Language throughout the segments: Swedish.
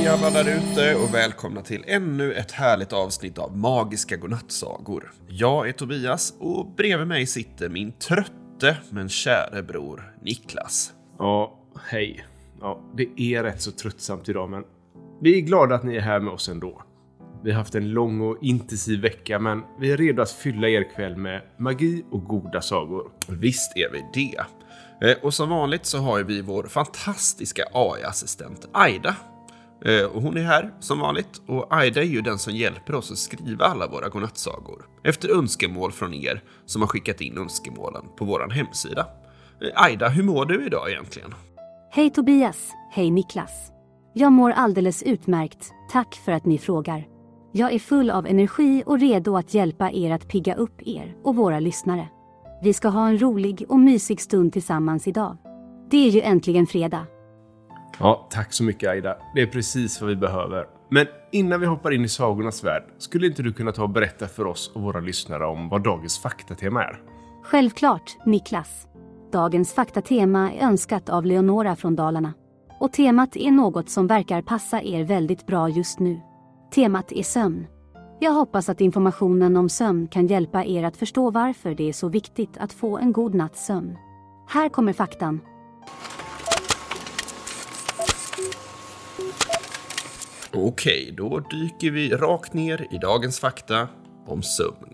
grabbar där ute och välkomna till ännu ett härligt avsnitt av Magiska godnattsagor. Jag är Tobias och bredvid mig sitter min trötte men käre bror Niklas. Ja, hej. Ja, det är rätt så tröttsamt idag, men vi är glada att ni är här med oss ändå. Vi har haft en lång och intensiv vecka, men vi är redo att fylla er kväll med magi och goda sagor. Visst är vi det. Och som vanligt så har vi vår fantastiska AI-assistent Aida. Och hon är här som vanligt, och Aida är ju den som hjälper oss att skriva alla våra godnattsagor efter önskemål från er som har skickat in önskemålen på vår hemsida. Aida, hur mår du idag egentligen? Hej Tobias, hej Niklas. Jag mår alldeles utmärkt, tack för att ni frågar. Jag är full av energi och redo att hjälpa er att pigga upp er och våra lyssnare. Vi ska ha en rolig och mysig stund tillsammans idag. Det är ju äntligen fredag. Ja, tack så mycket Aida. Det är precis vad vi behöver. Men innan vi hoppar in i sagornas värld, skulle inte du kunna ta och berätta för oss och våra lyssnare om vad dagens faktatema är? Självklart, Niklas. Dagens faktatema är önskat av Leonora från Dalarna. Och temat är något som verkar passa er väldigt bra just nu. Temat är sömn. Jag hoppas att informationen om sömn kan hjälpa er att förstå varför det är så viktigt att få en god natts sömn. Här kommer faktan. Okej, då dyker vi rakt ner i dagens fakta om sömn.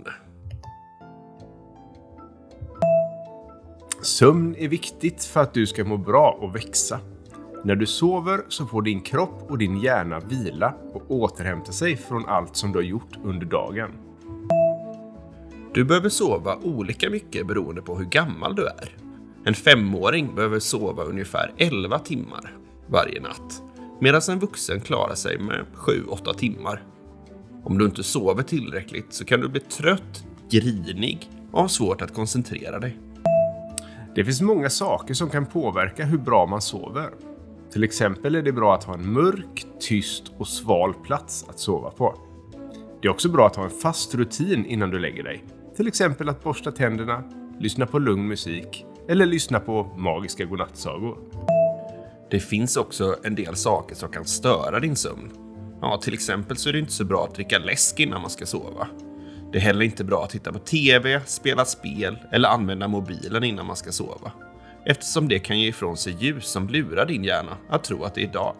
Sömn är viktigt för att du ska må bra och växa. När du sover så får din kropp och din hjärna vila och återhämta sig från allt som du har gjort under dagen. Du behöver sova olika mycket beroende på hur gammal du är. En 5-åring behöver sova ungefär 11 timmar varje natt, medan en vuxen klarar sig med 7-8 timmar. Om du inte sover tillräckligt så kan du bli trött, grinig och ha svårt att koncentrera dig. Det finns många saker som kan påverka hur bra man sover. Till exempel är det bra att ha en mörk, tyst och sval plats att sova på. Det är också bra att ha en fast rutin innan du lägger dig. Till exempel att borsta tänderna, lyssna på lugn musik eller lyssna på magiska godnattsagor. Det finns också en del saker som kan störa din sömn. Ja, till exempel så är det inte så bra att dricka läsk innan man ska sova. Det är heller inte bra att titta på tv, spela spel eller använda mobilen innan man ska sova. Eftersom det kan ge ifrån sig ljus som lurar din hjärna att tro att det är dag.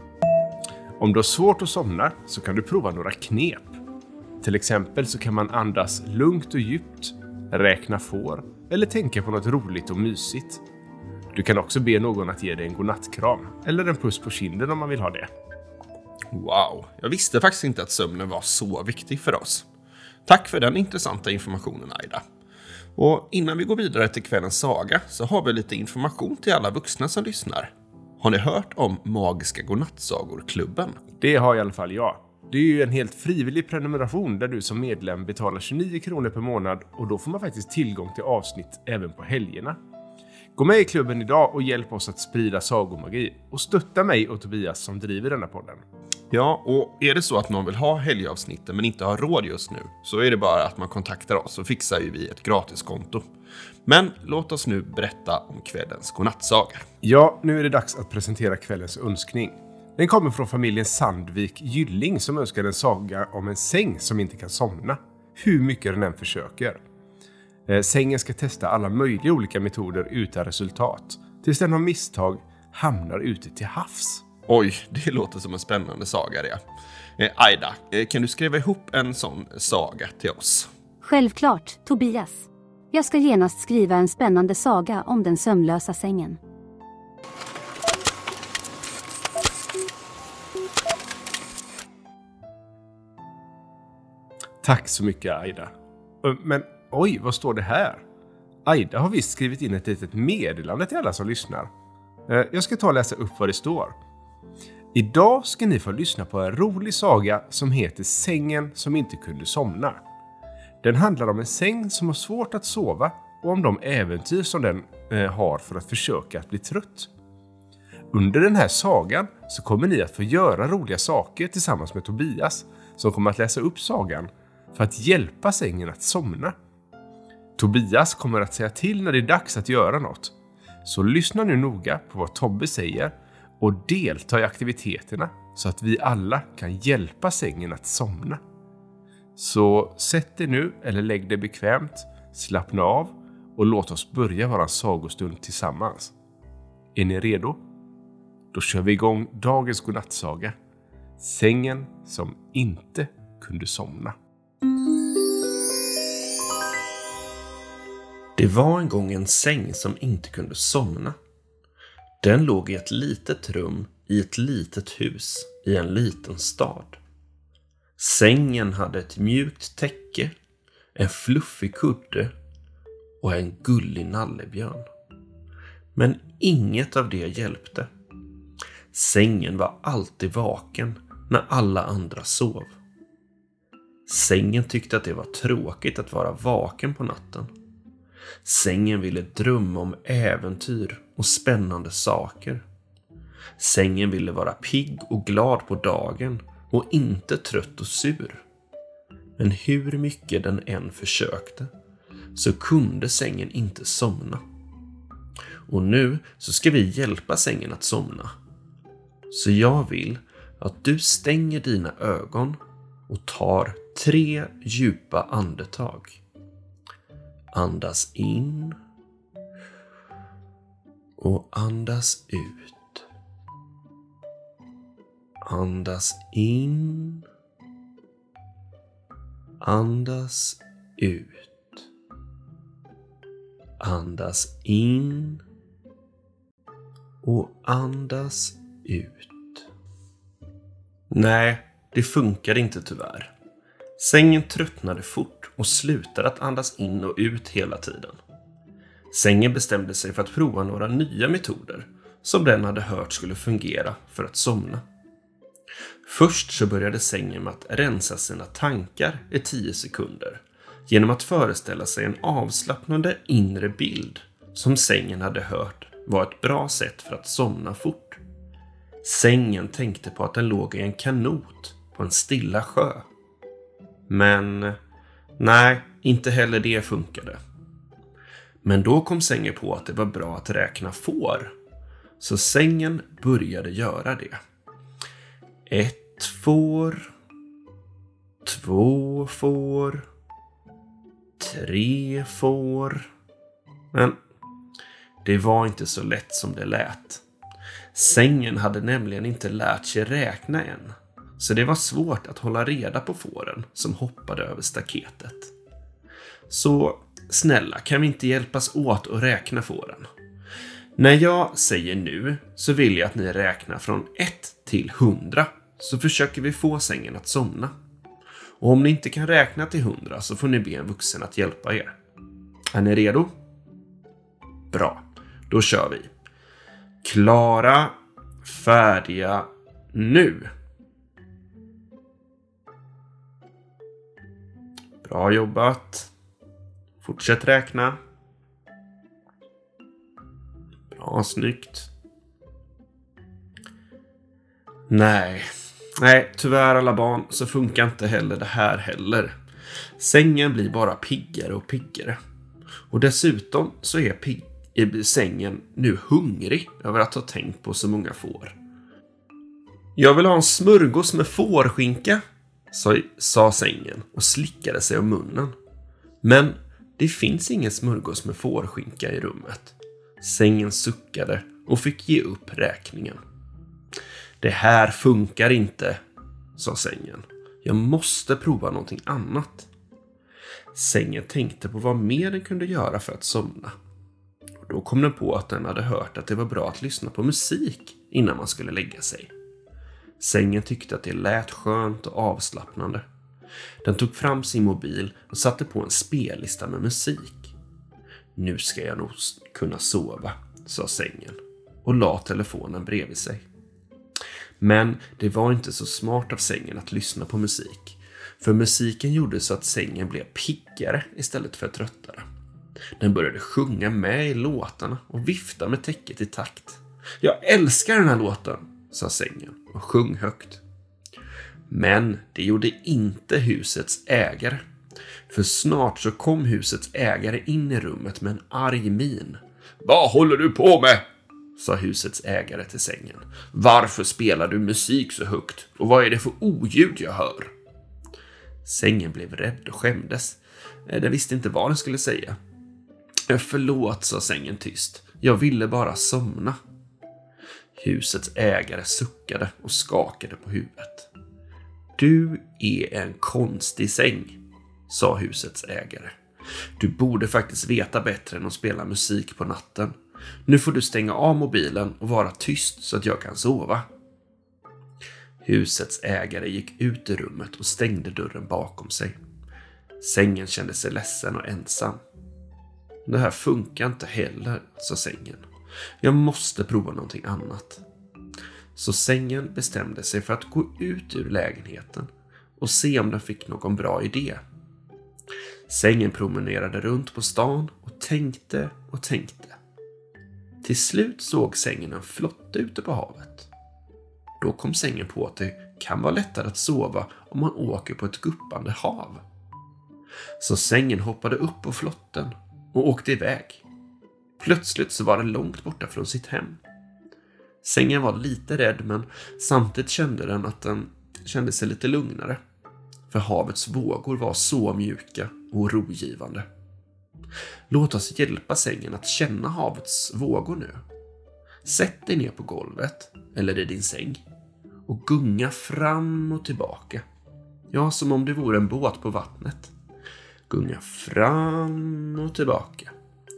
Om du har svårt att somna så kan du prova några knep. Till exempel så kan man andas lugnt och djupt, räkna får eller tänka på något roligt och mysigt. Du kan också be någon att ge dig en godnattkram eller en puss på kinden om man vill ha det. Wow, jag visste faktiskt inte att sömnen var så viktig för oss. Tack för den intressanta informationen, Aida. Och innan vi går vidare till kvällens saga så har vi lite information till alla vuxna som lyssnar. Har ni hört om Magiska godnattsagor-klubben? Det har i alla fall jag. Det är ju en helt frivillig prenumeration där du som medlem betalar 29 kronor per månad och då får man faktiskt tillgång till avsnitt även på helgerna. Gå med i klubben idag och hjälp oss att sprida sagomagi och stötta mig och Tobias som driver denna podden. Ja, och är det så att någon vill ha helgavsnitten men inte har råd just nu så är det bara att man kontaktar oss och fixar ju vi ett gratiskonto. Men låt oss nu berätta om kvällens godnattsaga. Ja, nu är det dags att presentera kvällens önskning. Den kommer från familjen Sandvik Gylling som önskar en saga om en säng som inte kan somna. Hur mycket den än försöker. Sängen ska testa alla möjliga olika metoder utan resultat. Tills den av misstag hamnar ute till havs. Oj, det låter som en spännande saga det. Aida, kan du skriva ihop en sån saga till oss? Självklart, Tobias. Jag ska genast skriva en spännande saga om den sömnlösa sängen. Tack så mycket Aida. Men oj, vad står det här? Aida har visst skrivit in ett litet meddelande till alla som lyssnar. Jag ska ta och läsa upp vad det står. Idag ska ni få lyssna på en rolig saga som heter Sängen som inte kunde somna. Den handlar om en säng som har svårt att sova och om de äventyr som den har för att försöka att bli trött. Under den här sagan så kommer ni att få göra roliga saker tillsammans med Tobias som kommer att läsa upp sagan för att hjälpa sängen att somna. Tobias kommer att säga till när det är dags att göra något. Så lyssna nu noga på vad Tobbe säger och delta i aktiviteterna så att vi alla kan hjälpa sängen att somna. Så sätt dig nu eller lägg dig bekvämt, slappna av och låt oss börja våran sagostund tillsammans. Är ni redo? Då kör vi igång dagens godnattsaga. Sängen som inte kunde somna. Det var en gång en säng som inte kunde somna. Den låg i ett litet rum i ett litet hus i en liten stad. Sängen hade ett mjukt täcke, en fluffig kudde och en gullig nallebjörn. Men inget av det hjälpte. Sängen var alltid vaken när alla andra sov. Sängen tyckte att det var tråkigt att vara vaken på natten. Sängen ville drömma om äventyr och spännande saker. Sängen ville vara pigg och glad på dagen och inte trött och sur. Men hur mycket den än försökte så kunde sängen inte somna. Och nu så ska vi hjälpa sängen att somna. Så jag vill att du stänger dina ögon och tar 3 djupa andetag. Andas in och andas ut. Andas in. Andas ut. Andas in och andas ut. Nej, det funkar inte tyvärr. Sängen tröttnade fort och slutade att andas in och ut hela tiden. Sängen bestämde sig för att prova några nya metoder som den hade hört skulle fungera för att somna. Först så började sängen med att rensa sina tankar i 10 sekunder genom att föreställa sig en avslappnande inre bild som sängen hade hört var ett bra sätt för att somna fort. Sängen tänkte på att den låg i en kanot på en stilla sjö. Men nej, inte heller det funkade. Men då kom sängen på att det var bra att räkna får. Så sängen började göra det. 1 får, 2 får, 3 får. Men det var inte så lätt som det lät. Sängen hade nämligen inte lärt sig räkna än. Så det var svårt att hålla reda på fåren som hoppade över staketet. Så snälla, kan vi inte hjälpas åt att räkna fåren? När jag säger nu så vill jag att ni räknar från 1 till 100 så försöker vi få sängen att somna. Och om ni inte kan räkna till 100 så får ni be en vuxen att hjälpa er. Är ni redo? Bra, då kör vi. Klara, färdiga, nu! Bra jobbat. Fortsätt räkna. Bra, snyggt. Nej, tyvärr alla barn så funkar inte heller det här heller. Sängen blir bara piggare och piggare. Och dessutom så är sängen nu hungrig över att ha tänkt på så många får. Jag vill ha en smörgås med fårskinka, sa sängen och slickade sig om munnen. Men det finns ingen smörgås med fårskinka i rummet. Sängen suckade och fick ge upp räkningen. Det här funkar inte, sa sängen. Jag måste prova någonting annat. Sängen tänkte på vad mer den kunde göra för att somna. Och då kom den på att den hade hört att det var bra att lyssna på musik innan man skulle lägga sig. Sängen tyckte att det lät skönt och avslappnande. Den tog fram sin mobil och satte på en spellista med musik. Nu ska jag nog kunna sova, sa sängen och la telefonen bredvid sig. Men det var inte så smart av sängen att lyssna på musik. För musiken gjorde så att sängen blev piggare istället för tröttare. Den började sjunga med i låtarna och vifta med täcket i takt. Jag älskar den här låten, sa sängen och sjöng högt. Men det gjorde inte husets ägare. För snart så kom husets ägare in i rummet med en arg min. Vad håller du på med? sa husets ägare till sängen. Varför spelar du musik så högt? Och vad är det för oljud jag hör? Sängen blev rädd och skämdes. Den visste inte vad den skulle säga. Förlåt, sa sängen tyst. Jag ville bara somna. Husets ägare suckade och skakade på huvudet. Du är en konstig säng, sa husets ägare. Du borde faktiskt veta bättre än att spela musik på natten. Nu får du stänga av mobilen och vara tyst så att jag kan sova. Husets ägare gick ut i rummet och stängde dörren bakom sig. Sängen kände sig ledsen och ensam. Det här funkar inte heller, sa sängen. Jag måste prova någonting annat. Så sängen bestämde sig för att gå ut ur lägenheten och se om den fick någon bra idé. Sängen promenerade runt på stan och tänkte och tänkte. Till slut såg sängen en flotte ute på havet. Då kom sängen på att det kan vara lättare att sova om man åker på ett guppande hav. Så sängen hoppade upp på flotten och åkte iväg. Plötsligt så var den långt borta från sitt hem. Sängen var lite rädd, men samtidigt kände den att den kände sig lite lugnare. För havets vågor var så mjuka och rogivande. Låt oss hjälpa sängen att känna havets vågor nu. Sätt dig ner på golvet eller i din säng och gunga fram och tillbaka. Ja, som om det vore en båt på vattnet. Gunga fram och tillbaka.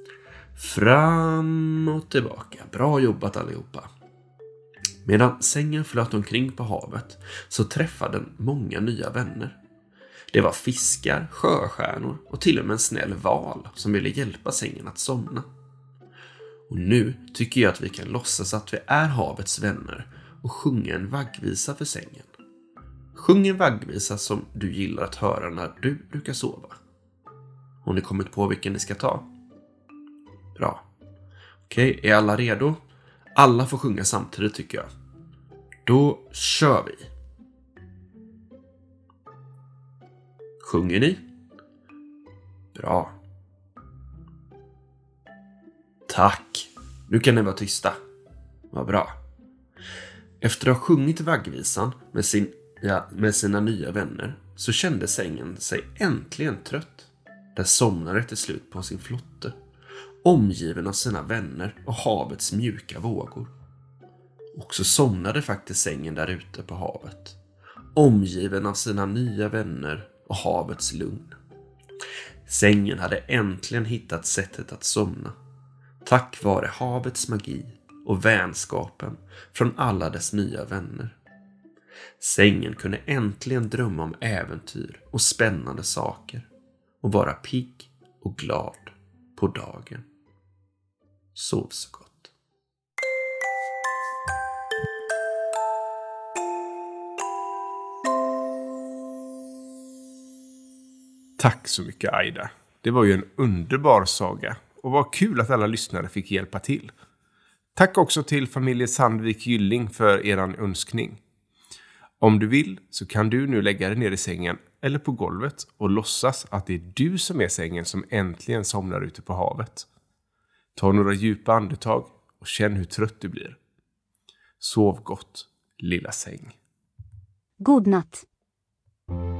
Fram och tillbaka. Bra jobbat allihopa. Medan sängen flöt omkring på havet så träffade den många nya vänner. Det var fiskar, sjöstjärnor och till och med en snäll val som ville hjälpa sängen att somna. Och nu tycker jag att vi kan låtsas att vi är havets vänner och sjunga en vaggvisa för sängen. Sjung en vaggvisa som du gillar att höra när du brukar sova. Har ni kommit på vilken ni ska ta? Bra. Okej, är alla redo? Alla får sjunga samtidigt tycker jag. Då kör vi. Sjunger ni? Bra. Tack. Nu kan ni vara tysta. Vad bra. Efter att ha sjungit vaggvisan med sina nya vänner så kände sängen sig äntligen trött. Den somnade till slut på sin flotte, omgiven av sina vänner och havets mjuka vågor. Och så somnade faktiskt sängen där ute på havet, omgiven av sina nya vänner och havets lugn. Sängen hade äntligen hittat sättet att somna, tack vare havets magi och vänskapen från alla dess nya vänner. Sängen kunde äntligen drömma om äventyr och spännande saker och vara pigg och glad på dagen. Sov så gott. Tack så mycket Aida. Det var ju en underbar saga. Och vad kul att alla lyssnare fick hjälpa till. Tack också till familjen Sandvik Gylling för eran önskning. Om du vill så kan du nu lägga dig ner i sängen eller på golvet och låtsas att det är du som är sängen som äntligen somnar ute på havet. Ta några djupa andetag och känn hur trött du blir. Sov gott, lilla säng. God natt.